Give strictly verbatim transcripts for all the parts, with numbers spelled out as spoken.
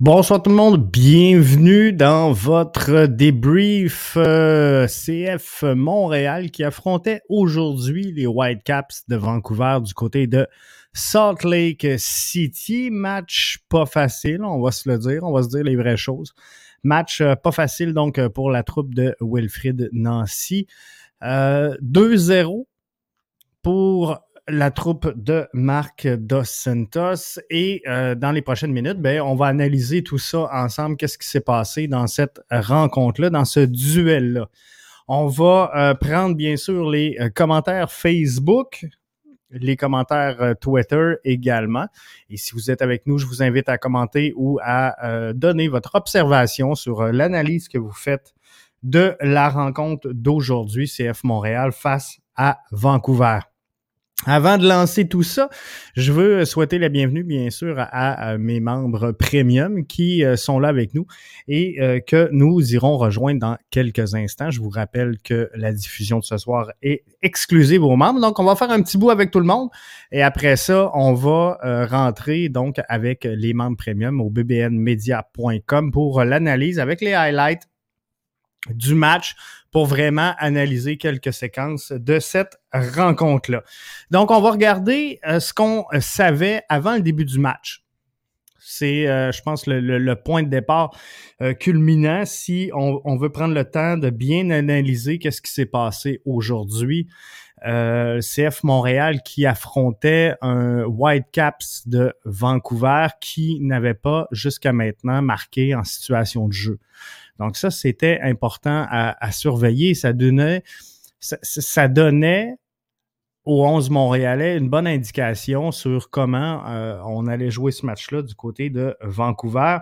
Bonsoir tout le monde, bienvenue dans votre débrief euh, C F Montréal qui affrontait aujourd'hui les Whitecaps de Vancouver du côté de Salt Lake City. Match pas facile, on va se le dire, on va se dire les vraies choses. Match euh, pas facile donc pour la troupe de Wilfried Nancy. Euh, deux zéro pour la troupe de Marc Dos Santos et euh, dans les prochaines minutes, ben, on va analyser tout ça ensemble, qu'est-ce qui s'est passé dans cette rencontre-là, dans ce duel-là. On va euh, prendre bien sûr les euh, commentaires Facebook, les commentaires euh, Twitter également. Et si vous êtes avec nous, je vous invite à commenter ou à euh, donner votre observation sur euh, l'analyse que vous faites de la rencontre d'aujourd'hui, C F Montréal face à Vancouver. Avant de lancer tout ça, je veux souhaiter la bienvenue, bien sûr, à, à mes membres premium qui euh, sont là avec nous et euh, que nous irons rejoindre dans quelques instants. Je vous rappelle que la diffusion de ce soir est exclusive aux membres. Donc, on va faire un petit bout avec tout le monde et après ça, on va euh, rentrer donc avec les membres premium au b b n media point com pour l'analyse avec les highlights du match pour vraiment analyser quelques séquences de cette rencontre-là. Donc, on va regarder euh, ce qu'on savait avant le début du match. C'est, euh, je pense, le, le, le point de départ euh, culminant si on, on veut prendre le temps de bien analyser qu'est-ce qui s'est passé aujourd'hui. Euh, C F Montréal qui affrontait un Whitecaps de Vancouver qui n'avait pas jusqu'à maintenant marqué en situation de jeu. Donc ça, c'était important à, à surveiller. Ça donnait, ça, ça donnait aux onze Montréalais une bonne indication sur comment euh, on allait jouer ce match-là du côté de Vancouver.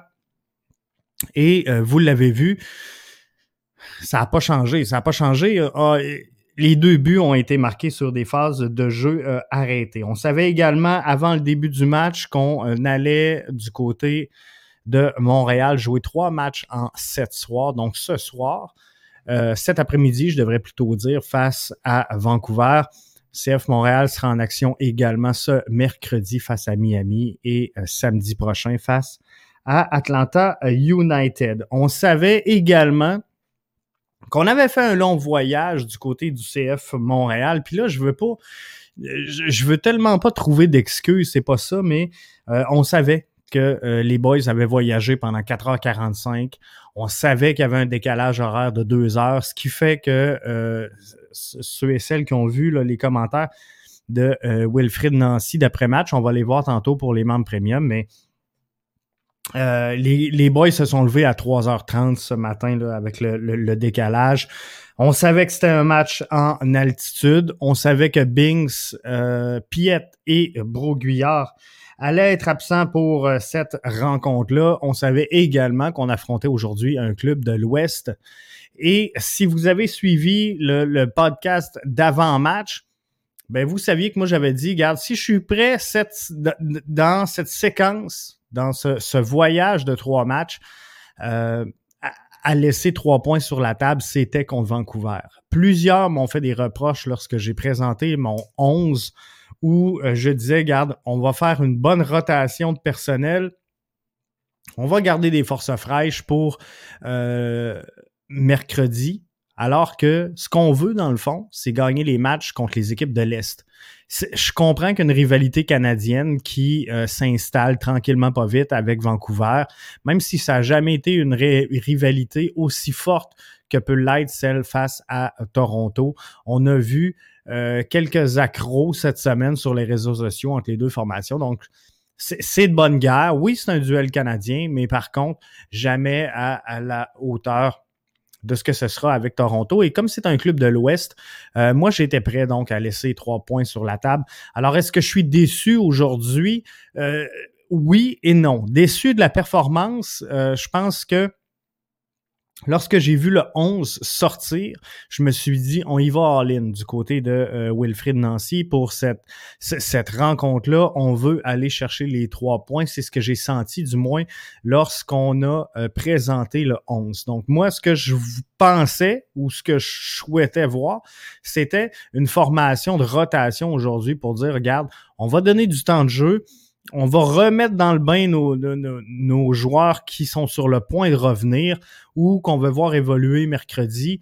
Et euh, vous l'avez vu, ça n'a pas changé. Ça n'a pas changé. Euh, les deux buts ont été marqués sur des phases de jeu euh, arrêtées. On savait également, avant le début du match, qu'on euh, allait du côté de Montréal jouer trois matchs en sept soirs. Donc, ce soir, euh, cet après-midi, je devrais plutôt dire, face à Vancouver. C F Montréal sera en action également ce mercredi face à Miami et euh, samedi prochain face à Atlanta United. On savait également qu'on avait fait un long voyage du côté du C F Montréal. Puis là, je veux pas, je, je veux tellement pas trouver d'excuses, c'est pas ça, mais euh, on savait que euh, les boys avaient voyagé pendant quatre heures quarante-cinq. On savait qu'il y avait un décalage horaire de deux heures, ce qui fait que euh, ceux et celles qui ont vu là, les commentaires de euh, Wilfried Nancy d'après-match, on va les voir tantôt pour les membres premium, mais euh, les, les boys se sont levés à trois heures trente ce matin là, avec le, le, le décalage. On savait que c'était un match en altitude. On savait que Binks, euh, Piet et Broguillard allait être absent pour euh, cette rencontre-là. On savait également qu'on affrontait aujourd'hui un club de l'Ouest. Et si vous avez suivi le, le podcast d'avant-match, ben vous saviez que moi j'avais dit, regarde, si je suis prêt cette, dans cette séquence, dans ce, ce voyage de trois matchs, euh, à, à laisser trois points sur la table, c'était contre Vancouver. Plusieurs m'ont fait des reproches lorsque j'ai présenté mon onze où je disais, regarde, on va faire une bonne rotation de personnel. On va garder des forces fraîches pour euh, mercredi, alors que ce qu'on veut, dans le fond, c'est gagner les matchs contre les équipes de l'Est. C'est, je comprends qu'une rivalité canadienne qui euh, s'installe tranquillement pas vite avec Vancouver, même si ça n'a jamais été une ré- rivalité aussi forte que peut l'être celle face à Toronto. On a vu euh, quelques accros cette semaine sur les réseaux sociaux entre les deux formations. Donc, c'est, c'est de bonne guerre. Oui, c'est un duel canadien, mais par contre, jamais à, à la hauteur de ce que ce sera avec Toronto. Et comme c'est un club de l'Ouest, euh, moi, j'étais prêt donc à laisser trois points sur la table. Alors, est-ce que je suis déçu aujourd'hui? Euh, oui et non. Déçu de la performance, euh, je pense que lorsque j'ai vu le onze sortir, je me suis dit, on y va all-in du côté de euh, Wilfried Nancy pour cette, c- cette rencontre-là. On veut aller chercher les trois points. C'est ce que j'ai senti, du moins, lorsqu'on a euh, présenté le onze. Donc, moi, ce que je pensais ou ce que je souhaitais voir, c'était une formation de rotation aujourd'hui pour dire, regarde, on va donner du temps de jeu. On va remettre dans le bain nos, nos, nos joueurs qui sont sur le point de revenir ou qu'on veut voir évoluer mercredi.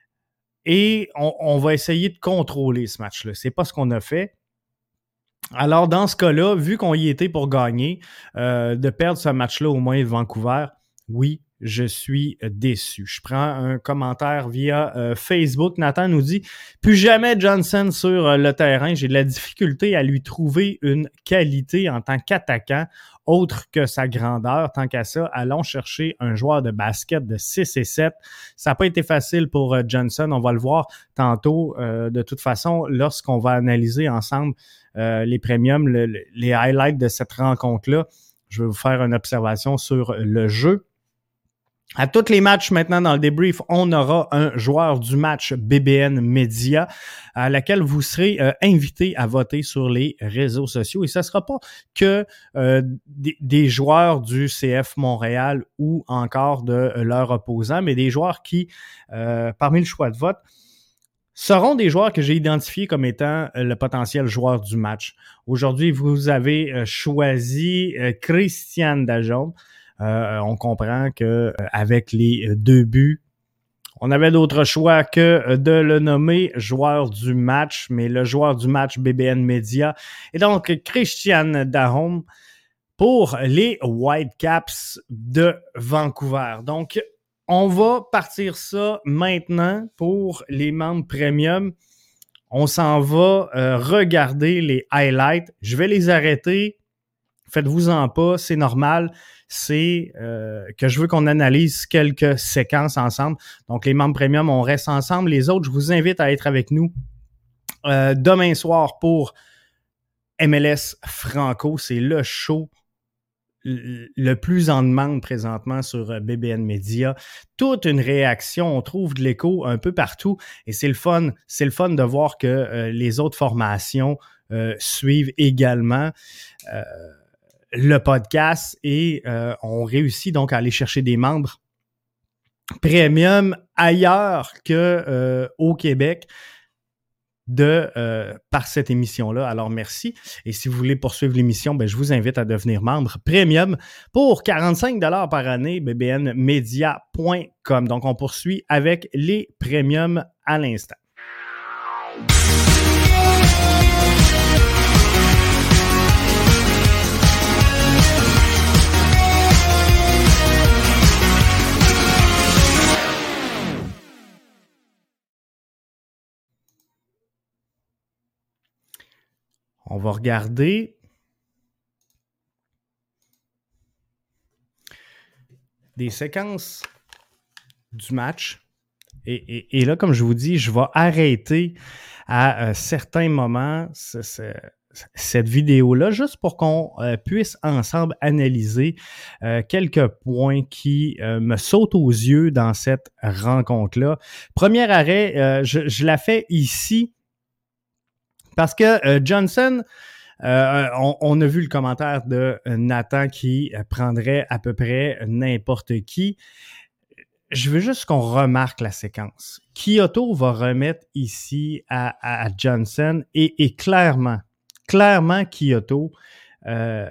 Et on, on va essayer de contrôler ce match-là. C'est pas ce qu'on a fait. Alors, dans ce cas-là, vu qu'on y était pour gagner, euh, de perdre ce match-là au moins de Vancouver, oui, je suis déçu. Je prends un commentaire via euh, Facebook. Nathan nous dit « Plus jamais Johnson sur euh, le terrain. J'ai de la difficulté à lui trouver une qualité en tant qu'attaquant autre que sa grandeur. Tant qu'à ça, allons chercher un joueur de basket de six et sept. Ça n'a pas été facile pour euh, Johnson. On va le voir tantôt. Euh, de toute façon, lorsqu'on va analyser ensemble euh, les premiums, le, le, les highlights de cette rencontre-là, je vais vous faire une observation sur le jeu. À tous les matchs maintenant dans le débrief, on aura un joueur du match B B N Media à laquelle vous serez euh, invité à voter sur les réseaux sociaux. Et ce ne sera pas que euh, des, des joueurs du C F Montréal ou encore de leurs opposants, mais des joueurs qui, euh, parmi le choix de vote, seront des joueurs que j'ai identifiés comme étant le potentiel joueur du match. Aujourd'hui, vous avez choisi Christian Dajon. Euh, on comprend que avec les deux buts, on avait d'autres choix que de le nommer joueur du match, mais le joueur du match B B N Media est donc Christian Dajon pour les Whitecaps de Vancouver. Donc, on va partir ça maintenant pour les membres premium. On s'en va euh, regarder les highlights. Je vais les arrêter. Faites-vous-en pas, c'est normal. C'est euh, que je veux qu'on analyse quelques séquences ensemble. Donc, les membres premium, on reste ensemble. Les autres, je vous invite à être avec nous euh, demain soir pour M L S Franco. C'est le show le plus en demande présentement sur B B N Media. Toute une réaction, on trouve de l'écho un peu partout et c'est le fun. C'est le fun de voir que euh, les autres formations euh, suivent également euh, le podcast et euh, on réussit donc à aller chercher des membres premium ailleurs que euh, au Québec de euh, par cette émission-là. Alors, merci. Et si vous voulez poursuivre l'émission, ben, je vous invite à devenir membre premium pour quarante-cinq dollars par année, b b n media point com. Donc, on poursuit avec les premiums à l'instant. On va regarder des séquences du match. Et, et, et là, comme je vous dis, je vais arrêter à euh, certains moments ce, ce, cette vidéo-là juste pour qu'on euh, puisse ensemble analyser euh, quelques points qui euh, me sautent aux yeux dans cette rencontre-là. Premier arrêt, euh, je, je la fais ici. Parce que euh, Johnson, euh, on, on a vu le commentaire de Nathan qui euh, prendrait à peu près n'importe qui. Je veux juste qu'on remarque la séquence. Kyoto va remettre ici à, à, à Johnson et, et clairement, clairement Kyoto euh,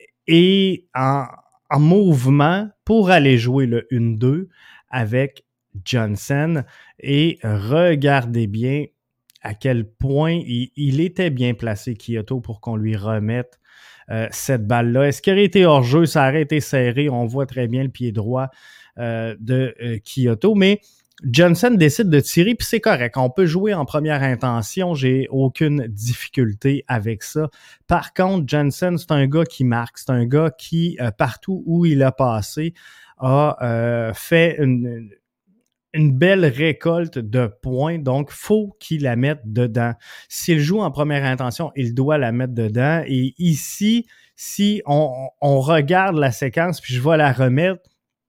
est en, en mouvement pour aller jouer le un deux avec Johnson. Et regardez bien à quel point il, il était bien placé, Kyoto, pour qu'on lui remette euh, cette balle-là. Est-ce qu'il aurait été hors-jeu? Ça aurait été serré. On voit très bien le pied droit euh, de euh, Kyoto. Mais Johnson décide de tirer, puis c'est correct. On peut jouer en première intention. J'ai aucune difficulté avec ça. Par contre, Johnson, c'est un gars qui marque. C'est un gars qui, euh, partout où il a passé, a euh, fait une... une belle récolte de points, donc faut qu'il la mette dedans. S'il joue en première intention, il doit la mettre dedans. Et ici, si on, on regarde la séquence, puis je vais la remettre,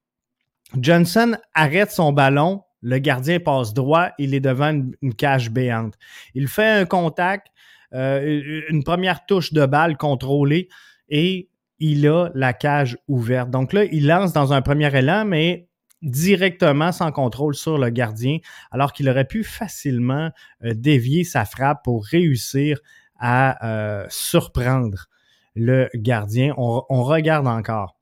Johnson arrête son ballon, le gardien passe droit, il est devant une, une cage béante. Il fait un contact, euh, une première touche de balle contrôlée et il a la cage ouverte. Donc là, il lance dans un premier élan, mais directement sans contrôle sur le gardien, alors qu'il aurait pu facilement euh, dévier sa frappe pour réussir à euh, surprendre le gardien. On, on regarde encore.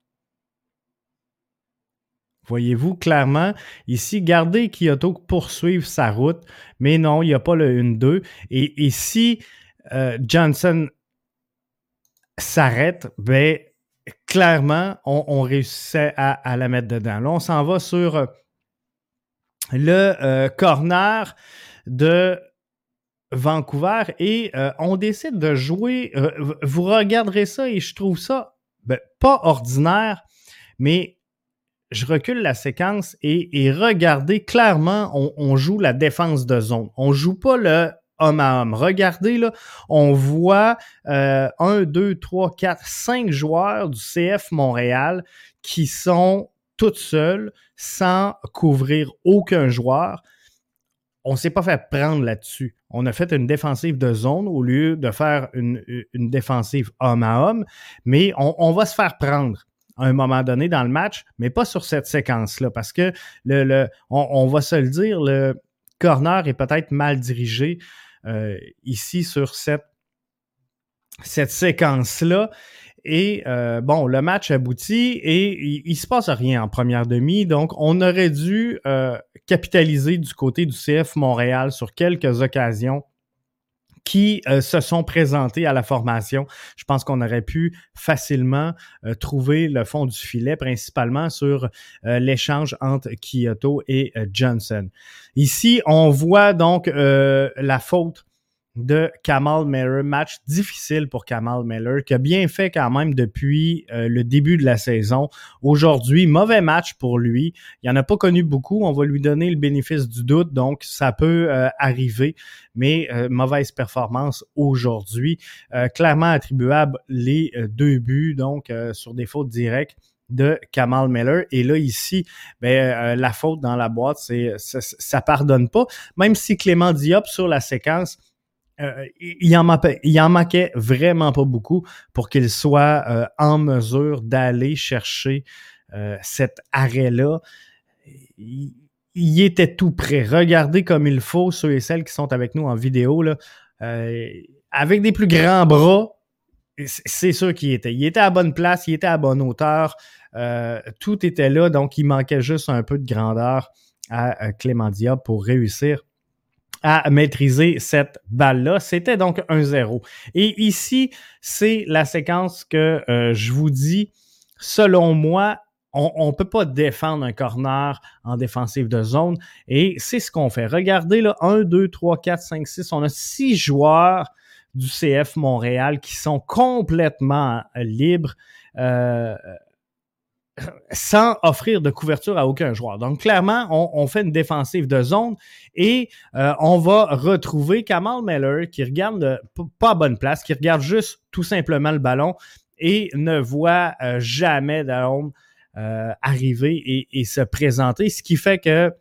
Voyez-vous clairement, ici, gardez Kyoto poursuivre sa route, mais non, il n'y a pas le un deux. Et, et si euh, Johnson s'arrête, ben clairement, on, on réussissait à, à la mettre dedans. Là, on s'en va sur le euh, corner de Vancouver et euh, on décide de jouer. Euh, vous regarderez ça et je trouve ça ben, pas ordinaire, mais je recule la séquence et, et regardez, clairement, on, on joue la défense de zone. On joue pas le homme à homme. Regardez, là, on voit euh, un, deux, trois, quatre, cinq joueurs du C F Montréal qui sont toutes seules, sans couvrir aucun joueur. On ne s'est pas fait prendre là-dessus. On a fait une défensive de zone au lieu de faire une, une défensive homme à homme, mais on, on va se faire prendre à un moment donné dans le match, mais pas sur cette séquence-là, parce que le, le, on, on va se le dire, le corner est peut-être mal dirigé euh, ici sur cette, cette séquence-là. Et euh, bon, le match aboutit et il, il se passe rien en première demi, donc on aurait dû euh, capitaliser du côté du C F Montréal sur quelques occasions qui euh, se sont présentés à la formation. Je pense qu'on aurait pu facilement euh, trouver le fond du filet, principalement sur euh, l'échange entre Kyoto et euh, Johnson. Ici, on voit donc euh, la faute de Kamal Miller, match difficile pour Kamal Miller, qui a bien fait quand même depuis euh, le début de la saison. Aujourd'hui, mauvais match pour lui. Il n'en a pas connu beaucoup. On va lui donner le bénéfice du doute, donc ça peut euh, arriver, mais euh, mauvaise performance aujourd'hui. Euh, clairement attribuable les euh, deux buts, donc euh, sur des fautes directes de Kamal Miller. Et là, ici, ben, euh, la faute dans la boîte, c'est ça, ça pardonne pas. Même si Clément Diop, sur la séquence, Euh, il, en manquait, il en manquait vraiment pas beaucoup pour qu'il soit euh, en mesure d'aller chercher euh, cet arrêt-là. Il, il était tout prêt. Regardez comme il faut, ceux et celles qui sont avec nous en vidéo, là, euh, avec des plus grands bras, c'est sûr qu'il était. Il était à la bonne place, il était à la bonne hauteur. Euh, tout était là, donc il manquait juste un peu de grandeur à, à Clément Diop pour réussir à maîtriser cette balle-là. C'était donc un zéro. Et ici, c'est la séquence que euh, je vous dis, selon moi, on ne peut pas défendre un corner en défensive de zone. Et c'est ce qu'on fait. Regardez, là, un, deux, trois, quatre, cinq, six. On a six joueurs du C F Montréal qui sont complètement libres. Euh, sans offrir de couverture à aucun joueur. Donc, clairement, on, on fait une défensive de zone et euh, on va retrouver Kamal Miller qui regarde de, pas à bonne place, qui regarde juste tout simplement le ballon et ne voit euh, jamais Dahoum euh, arriver et, et se présenter, ce qui fait que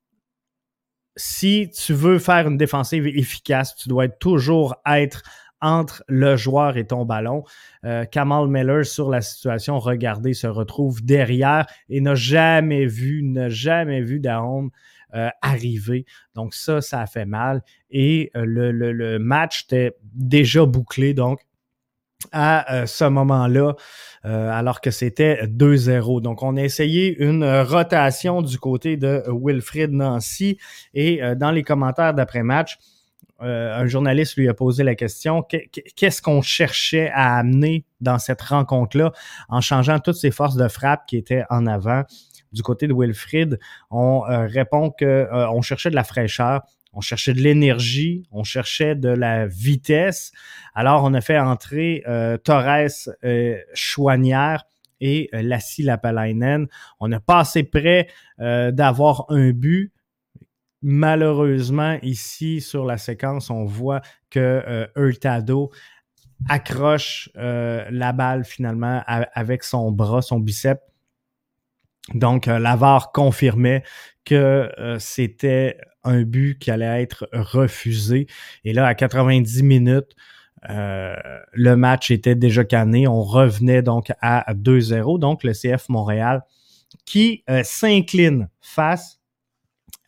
si tu veux faire une défensive efficace, tu dois toujours être entre le joueur et ton ballon. Euh, Kamal Miller, sur la situation, regardez, se retrouve derrière et n'a jamais vu, n'a jamais vu Dahoum euh, arriver. Donc ça, ça a fait mal. Et euh, le, le, le match était déjà bouclé, donc à euh, ce moment-là, euh, alors que c'était deux zéro. Donc, on a essayé une rotation du côté de Wilfrid Nancy et euh, dans les commentaires d'après-match, Euh, un journaliste lui a posé la question, qu'est-ce qu'on cherchait à amener dans cette rencontre-là en changeant toutes ces forces de frappe qui étaient en avant du côté de Wilfrid? On euh, répond que euh, on cherchait de la fraîcheur, on cherchait de l'énergie, on cherchait de la vitesse. Alors, on a fait entrer euh, Torres euh, Chouanière et euh, Lassi Lapalainen. On a passé près euh, d'avoir un but. Malheureusement, ici, sur la séquence, on voit que euh, Hurtado accroche euh, la balle finalement a, avec son bras, son biceps. Donc, euh, la V A R confirmait que euh, c'était un but qui allait être refusé. Et là, à quatre-vingt-dix minutes, euh, le match était déjà canné. On revenait donc à deux zéro. Donc, le C F Montréal qui euh, s'incline face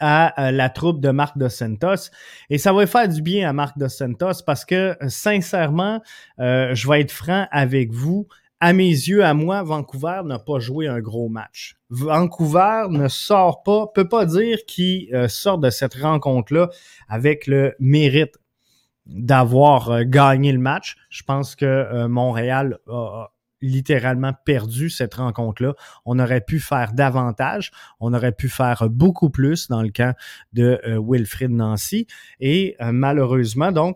à euh, la troupe de Marc Dos Santos. Et ça va faire du bien à Marc Dos Santos parce que, sincèrement, euh, je vais être franc avec vous, à mes yeux, à moi, Vancouver n'a pas joué un gros match. Vancouver ne sort pas, peut pas dire qu'il euh, sort de cette rencontre-là avec le mérite d'avoir euh, gagné le match. Je pense que euh, Montréal a littéralement perdu cette rencontre-là. On aurait pu faire davantage. On aurait pu faire beaucoup plus dans le camp de euh, Wilfried Nancy. Et euh, malheureusement, donc,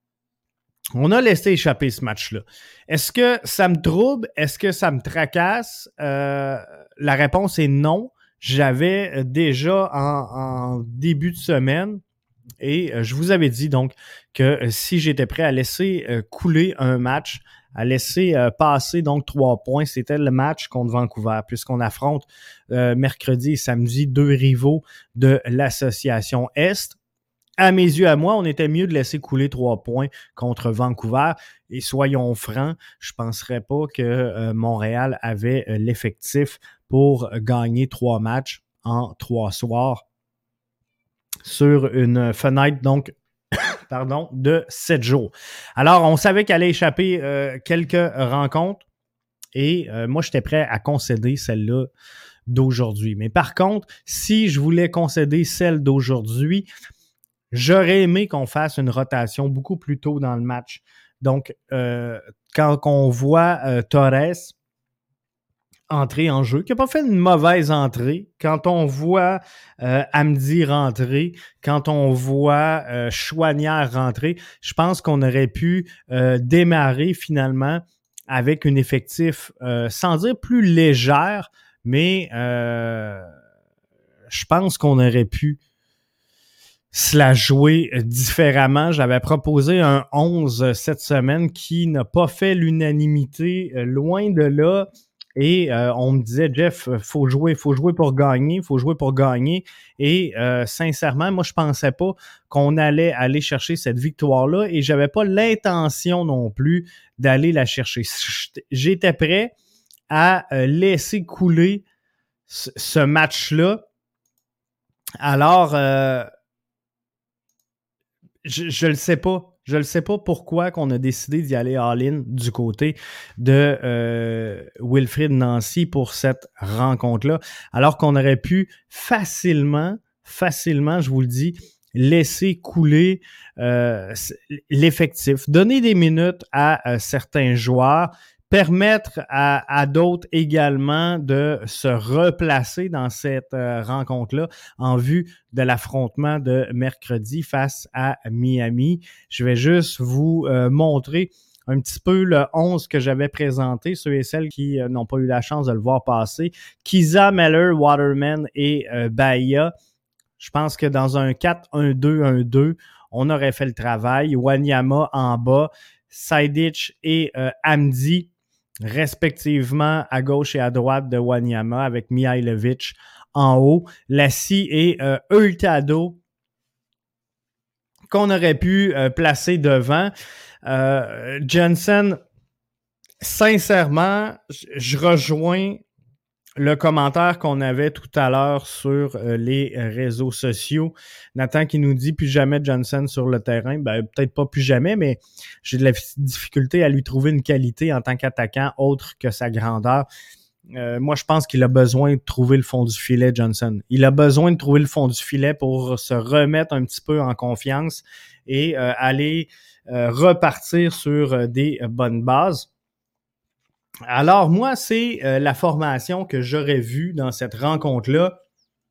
on a laissé échapper ce match-là. Est-ce que ça me trouble? Est-ce que ça me tracasse? Euh, la réponse est non. J'avais déjà en, en début de semaine, et euh, je vous avais dit donc que euh, si j'étais prêt à laisser euh, couler un match, à laisser euh, passer donc trois points, c'était le match contre Vancouver, puisqu'on affronte euh, mercredi et samedi deux rivaux de l'association Est. À mes yeux, à moi, on était mieux de laisser couler trois points contre Vancouver. Et soyons francs, je ne penserais pas que euh, Montréal avait euh, l'effectif pour gagner trois matchs en trois soirs sur une fenêtre donc pardon, de sept jours. Alors, on savait qu'elle allait échapper euh, quelques rencontres et euh, moi, j'étais prêt à concéder celle-là d'aujourd'hui. Mais par contre, si je voulais concéder celle d'aujourd'hui, j'aurais aimé qu'on fasse une rotation beaucoup plus tôt dans le match. Donc, euh, quand on voit euh, Torres entrer en jeu, qui n'a pas fait une mauvaise entrée, quand on voit euh, Hamdi rentrer, quand on voit euh, Chouanière rentrer, je pense qu'on aurait pu euh, démarrer finalement avec un effectif, euh, sans dire plus légère, mais euh, je pense qu'on aurait pu se la jouer différemment. J'avais proposé un onze cette semaine qui n'a pas fait l'unanimité, euh, loin de là. Et euh, on me disait, Jeff, faut jouer, faut jouer pour gagner, faut jouer pour gagner. Et euh, sincèrement, moi, je pensais pas qu'on allait aller chercher cette victoire-là et j'avais pas l'intention non plus d'aller la chercher. J'étais prêt à euh, laisser couler ce, ce match-là. Alors, euh, je ne le sais pas. Je ne sais pas pourquoi qu'on a décidé d'y aller all-in du côté de euh, Wilfried Nancy pour cette rencontre-là, alors qu'on aurait pu facilement, facilement, je vous le dis, laisser couler euh, l'effectif, donner des minutes à euh, certains joueurs, permettre à, à d'autres également de se replacer dans cette euh, rencontre-là en vue de l'affrontement de mercredi face à Miami. Je vais juste vous euh, montrer un petit peu le onze que j'avais présenté, ceux et celles qui euh, n'ont pas eu la chance de le voir passer. Kiza, Meller, Waterman et euh, Bahia. Je pense que dans un quatre un deux un deux, on aurait fait le travail. Wanyama en bas, Saidic et euh, Hamdi respectivement à gauche et à droite de Wanyama avec Mihailovic en haut. Lassie et euh, Hurtado qu'on aurait pu euh, placer devant. Euh, Jensen, sincèrement, je rejoins le commentaire qu'on avait tout à l'heure sur euh, les réseaux sociaux. Nathan qui nous dit plus jamais Johnson sur le terrain. Ben, peut-être pas plus jamais, mais j'ai de la difficulté à lui trouver une qualité en tant qu'attaquant autre que sa grandeur. Euh, moi, je pense qu'il a besoin de trouver le fond du filet, Johnson. Il a besoin de trouver le fond du filet pour se remettre un petit peu en confiance et euh, aller euh, repartir sur euh, des euh, bonnes bases. Alors, moi, c'est euh, la formation que j'aurais vue dans cette rencontre-là.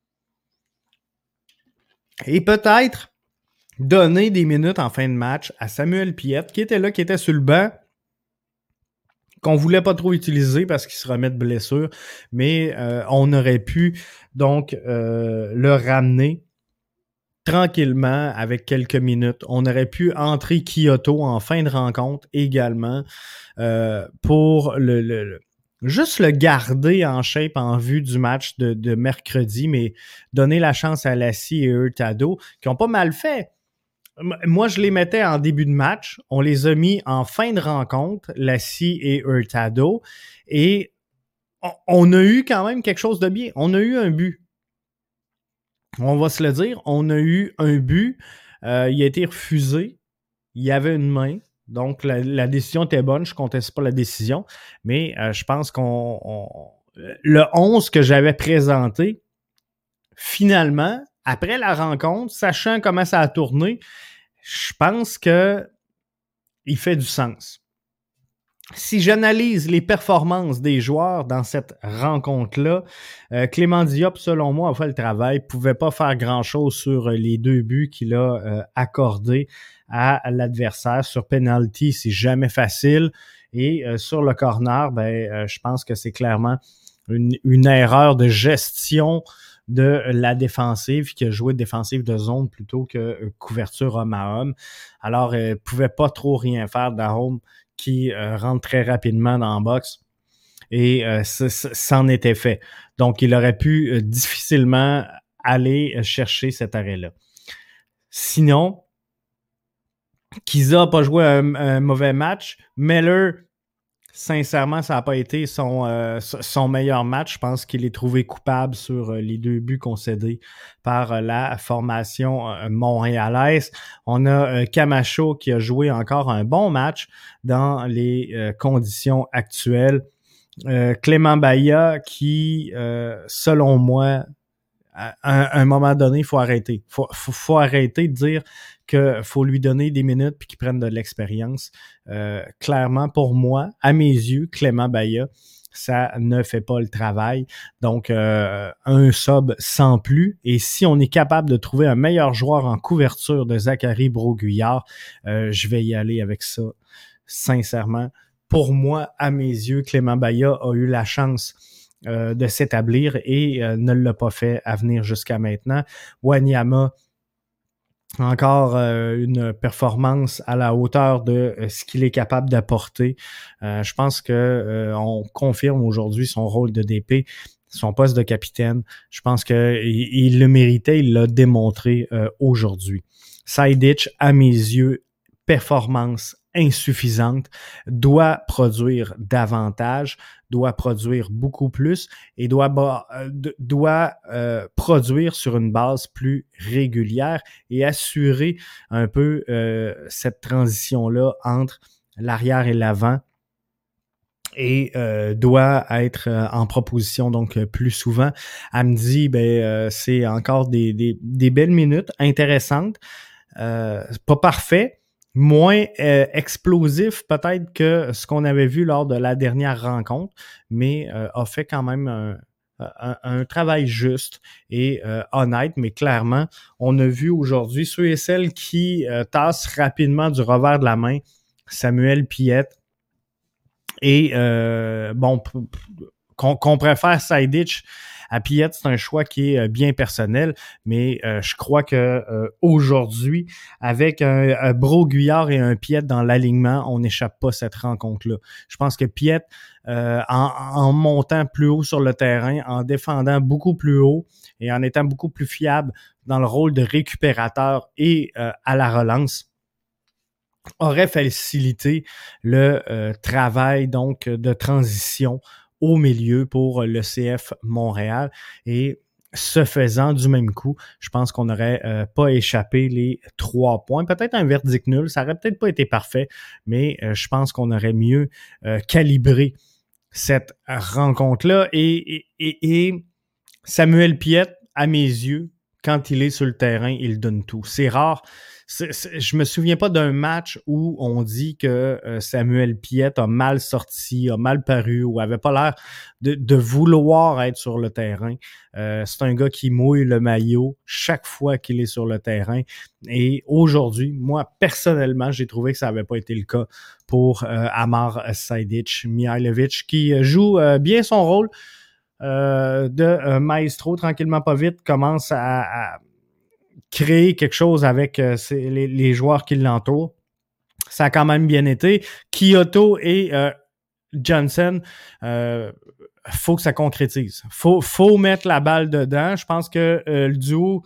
Et peut-être donner des minutes en fin de match à Samuel Piette, qui était là, qui était sur le banc, qu'on ne voulait pas trop utiliser parce qu'il se remet de blessure, mais euh, on aurait pu donc euh, le ramener tranquillement avec quelques minutes. On aurait pu entrer Kyoto en fin de rencontre également euh, pour le, le, le juste le garder en shape en vue du match de, de mercredi, mais donner la chance à Lassie et Hurtado qui ont pas mal fait. Moi, je les mettais en début de match. On les a mis en fin de rencontre, Lassie et Hurtado, et on, on a eu quand même quelque chose de bien. On a eu un but. On va se le dire, on a eu un but, euh, il a été refusé, il y avait une main, donc la, la décision était bonne, je ne conteste pas la décision, mais euh, je pense qu'on... On, le onze que j'avais présenté, finalement, après la rencontre, sachant comment ça a tourné, je pense que il fait du sens. Si j'analyse les performances des joueurs dans cette rencontre-là, euh, Clément Diop, selon moi, a fait le travail, pouvait pas faire grand-chose sur les deux buts qu'il a euh, accordés à l'adversaire. Sur penalty, c'est jamais facile. Et euh, sur le corner, ben, euh, je pense que c'est clairement une, une erreur de gestion de la défensive qui a joué défensive de zone plutôt que couverture homme à homme. Alors, il ne pouvait pas trop rien faire Dahome qui euh, rentre très rapidement dans la box et euh, c'en était fait. Donc, il aurait pu euh, difficilement aller chercher cet arrêt-là. Sinon, Kiza n'a pas joué un, un mauvais match. Meller, sincèrement, ça n'a pas été son, euh, son meilleur match. Je pense qu'il est trouvé coupable sur euh, les deux buts concédés par euh, la formation euh, montréalaise. On a euh, Camacho qui a joué encore un bon match dans les euh, conditions actuelles. Euh, Clément Bahia qui, euh, selon moi, à un, un moment donné, il faut arrêter. Il faut, faut, faut arrêter de dire qu'il faut lui donner des minutes puis qu'il prenne de l'expérience. Euh, clairement, pour moi, à mes yeux, Clément Bahia, ça ne fait pas le travail. Donc, euh, un sub sans plus. Et si on est capable de trouver un meilleur joueur en couverture de Zachary Broguillard, euh, je vais y aller avec ça, sincèrement. Pour moi, à mes yeux, Clément Bahia a eu la chance Euh, de s'établir et euh, ne l'a pas fait à venir jusqu'à maintenant. Wanyama, encore euh, une performance à la hauteur de euh, ce qu'il est capable d'apporter. Euh, je pense que euh, on confirme aujourd'hui son rôle de D P, son poste de capitaine. Je pense qu'il il le méritait, il l'a démontré euh, aujourd'hui. Sidic, à mes yeux, performance insuffisante, doit produire davantage, doit produire beaucoup plus et doit, euh, doit euh, produire sur une base plus régulière et assurer un peu euh, cette transition-là entre l'arrière et l'avant et euh, doit être euh, en proposition donc euh, plus souvent. Elle me dit, ben, euh, c'est encore des, des, des belles minutes intéressantes, euh, pas parfait, moins euh, explosif peut-être que ce qu'on avait vu lors de la dernière rencontre, mais euh, a fait quand même un, un, un travail juste et euh, honnête, mais clairement, on a vu aujourd'hui ceux et celles qui euh, tassent rapidement du revers de la main Samuel Piette et euh, bon, qu'on, qu'on préfère Sidic à Piette, c'est un choix qui est bien personnel, mais euh, je crois que euh, aujourd'hui, avec un, un Broguillard et un Piette dans l'alignement, on n'échappe pas à cette rencontre-là. Je pense que Piette, euh, en, en montant plus haut sur le terrain, en défendant beaucoup plus haut et en étant beaucoup plus fiable dans le rôle de récupérateur et euh, à la relance, aurait facilité le euh, travail donc de transition au milieu pour le C F Montréal et ce faisant du même coup, je pense qu'on n'aurait euh, pas échappé les trois points. Peut-être un verdict nul, ça aurait peut-être pas été parfait, mais euh, je pense qu'on aurait mieux euh, calibré cette rencontre-là. Et, et, et, et Samuel Piette, à mes yeux, quand il est sur le terrain, il donne tout. C'est rare. C'est, c'est, je me souviens pas d'un match où on dit que euh, Samuel Piette a mal sorti, a mal paru ou avait pas l'air de, de vouloir être sur le terrain. Euh, c'est un gars qui mouille le maillot chaque fois qu'il est sur le terrain. Et aujourd'hui, moi, personnellement, j'ai trouvé que ça avait pas été le cas pour euh, Amar Sidic Mihailovic, qui joue euh, bien son rôle euh, de euh, maestro, tranquillement pas vite, commence à, à créer quelque chose avec euh, les, les joueurs qui l'entourent. Ça a quand même bien été. Kyoto et euh, Johnson, euh, faut que ça concrétise. Faut, faut mettre la balle dedans. Je pense que euh, le duo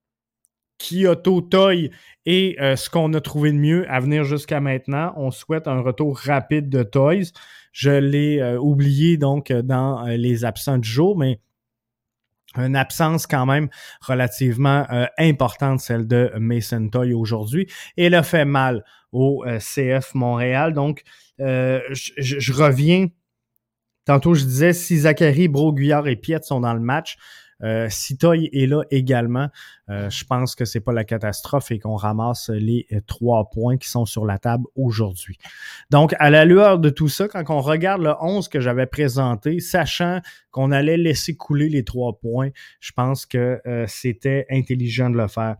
Kyoto-Toy est euh, ce qu'on a trouvé de mieux à venir jusqu'à maintenant. On souhaite un retour rapide de Toys. Je l'ai euh, oublié donc dans euh, les absents du jour, mais Une absence quand même relativement euh, importante, celle de Mason Toye aujourd'hui. Et elle a fait mal au euh, C F Montréal. Donc, euh, je, je reviens. Tantôt, je disais, si Zachary, Broguillard et Piette sont dans le match, euh, si Toye est là également, euh, je pense que c'est pas la catastrophe et qu'on ramasse les euh, trois points qui sont sur la table aujourd'hui. Donc, à la lueur de tout ça, quand on regarde le onze que j'avais présenté, sachant qu'on allait laisser couler les trois points, je pense que euh, c'était intelligent de le faire.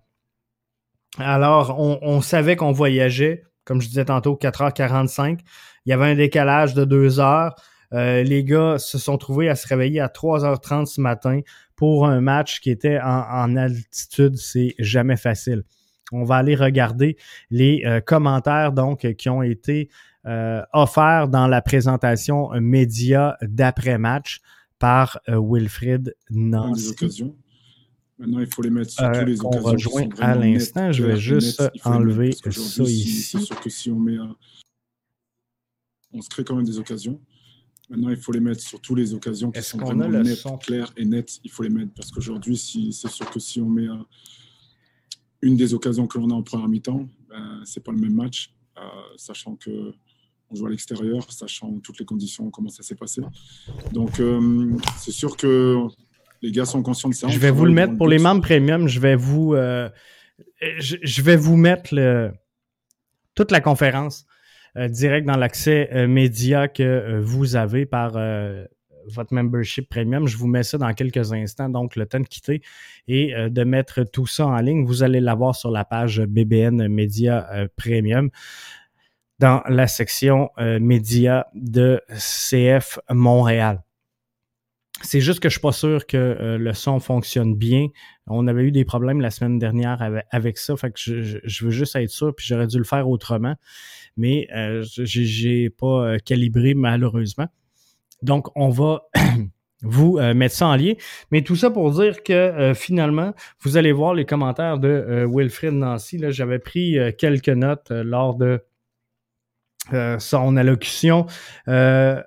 Alors, on, on savait qu'on voyageait, comme je disais tantôt, quatre heures quarante-cinq. Il y avait un décalage de deux heures. Euh, les gars se sont trouvés à se réveiller à trois heures trente ce matin pour un match qui était en, en altitude. C'est jamais facile. On va aller regarder les euh, commentaires donc qui ont été euh, offerts dans la présentation média d'après-match par euh, Wilfrid Nancy. Des occasions. Maintenant, il faut les mettre sur euh, tous les qu'on occasions rejoint qui sont à vraiment l'instant. nettes, Je vais claires et juste nettes. Il faut les mettre, enlever parce ça qu'aujourd'hui, si- ici. c'est sûr que si on met, un- on se crée quand même des occasions. Maintenant, il faut les mettre sur toutes les occasions qui Est-ce sont qu'on a vraiment le nettes, son? claires et nettes. Il faut les mettre parce qu'aujourd'hui, si, c'est sûr que si on met un- une des occasions que l'on a en première mi-temps, ben, c'est pas le même match, euh, sachant que on joue à l'extérieur, sachant toutes les conditions, comment ça s'est passé. Donc, euh, c'est sûr que les gars sont conscients de ça. Je On vais vous le travaille mettre dans pour but. les membres premium. Je vais vous, euh, je, je vais vous mettre le, toute la conférence euh, direct dans l'accès euh, média que euh, vous avez par euh, votre membership premium. Je vous mets ça dans quelques instants, donc le temps de quitter et euh, de mettre tout ça en ligne. Vous allez l'avoir sur la page B B N Média euh, Premium dans la section euh, médias de C F Montréal. C'est juste que je suis pas sûr que euh, le son fonctionne bien. On avait eu des problèmes la semaine dernière avec, avec ça, fait que je, je, je veux juste être sûr, puis j'aurais dû le faire autrement, mais euh, j'ai, j'ai pas euh, calibré malheureusement. Donc, on va vous euh, mettre ça en lien. Mais tout ça pour dire que euh, finalement, vous allez voir les commentaires de euh, Wilfrid Nancy. Là, j'avais pris euh, quelques notes euh, lors de euh, son allocution. Euh,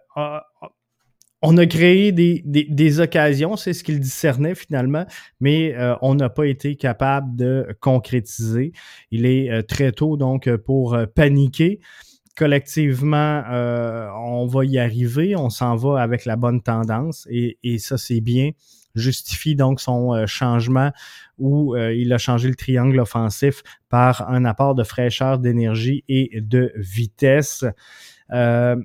On a créé des, des, des occasions, c'est ce qu'il discernait finalement, mais euh, on n'a pas été capable de concrétiser. Il est euh, très tôt donc pour euh, paniquer. Collectivement, euh, on va y arriver, on s'en va avec la bonne tendance et, et ça c'est bien. Justifie donc son euh, changement où euh, il a changé le triangle offensif par un apport de fraîcheur, d'énergie et de vitesse. Euh,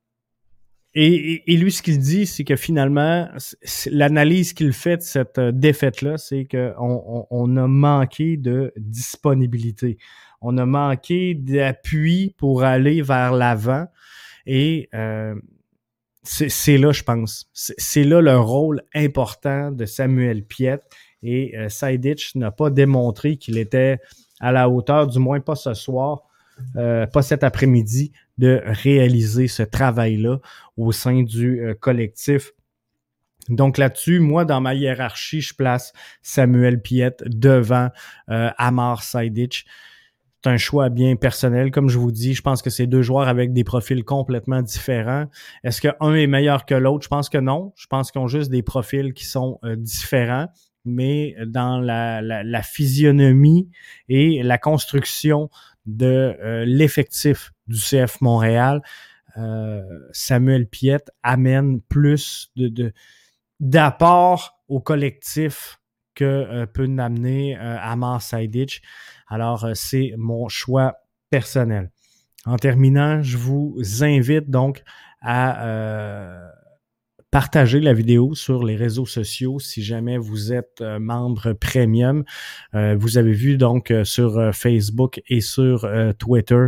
Et, et, et lui, ce qu'il dit, c'est que finalement, l'analyse qu'il fait de cette défaite-là, c'est qu'on on, on a manqué de disponibilité. On a manqué d'appui pour aller vers l'avant. Et euh, c'est, c'est là, je pense, c'est, c'est là le rôle important de Samuel Piette. Et euh, Sejdic n'a pas démontré qu'il était à la hauteur, du moins pas ce soir, euh, pas cet après-midi, de réaliser ce travail-là au sein du euh, collectif. Donc là-dessus, moi, dans ma hiérarchie, je place Samuel Piette devant euh, Amar Sejdic. C'est un choix bien personnel. Comme je vous dis, je pense que c'est deux joueurs avec des profils complètement différents. Est-ce qu'un est meilleur que l'autre? Je pense que non. Je pense qu'ils ont juste des profils qui sont euh, différents. Mais dans la, la, la physionomie et la construction de euh, l'effectif du C F Montréal, euh, Samuel Piette amène plus de, de d'apport au collectif que euh, peut n'amener euh, Amar Sejdic. Alors, euh, c'est mon choix personnel. En terminant, je vous invite donc à euh, partager la vidéo sur les réseaux sociaux si jamais vous êtes euh, membre premium. Euh, vous avez vu donc euh, sur euh, Facebook et sur euh, Twitter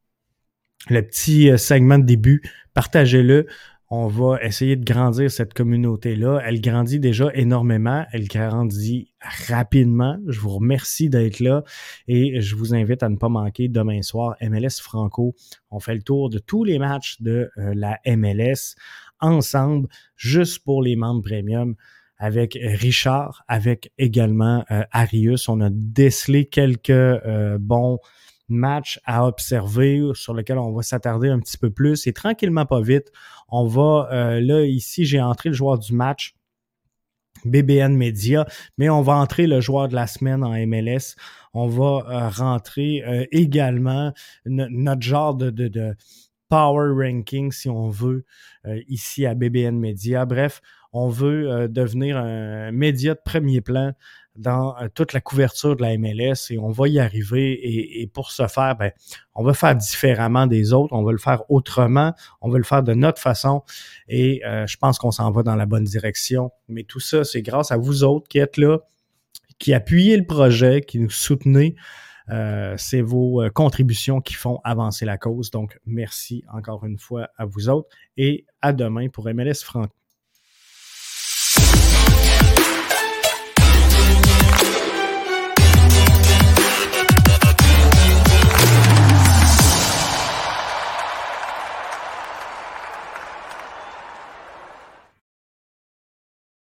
le petit euh, segment de début. Partagez-le. On va essayer de grandir cette communauté-là. Elle grandit déjà énormément. Elle grandit rapidement. Je vous remercie d'être là et je vous invite à ne pas manquer demain soir M L S Franco. On fait le tour de tous les matchs de euh, la M L S ensemble, juste pour les membres premium, avec Richard, avec également euh, Arius. On a décelé quelques euh, bons matchs à observer sur lesquels on va s'attarder un petit peu plus. Et tranquillement, pas vite, on va, euh, là, ici, j'ai entré le joueur du match B B N Media, mais on va entrer le joueur de la semaine en M L S. On va euh, rentrer euh, également no- notre genre de, de, de power ranking, si on veut, euh, ici à B B N Media. Bref, on veut euh, devenir un média de premier plan dans euh, toute la couverture de la M L S et on va y arriver. Et, et pour ce faire, ben, on va faire différemment des autres, on va le faire autrement, on va le faire de notre façon et euh, je pense qu'on s'en va dans la bonne direction. Mais tout ça, c'est grâce à vous autres qui êtes là, qui appuyez le projet, qui nous soutenez. Euh, c'est vos euh, contributions qui font avancer la cause. Donc, merci encore une fois à vous autres et à demain pour M L S Franco.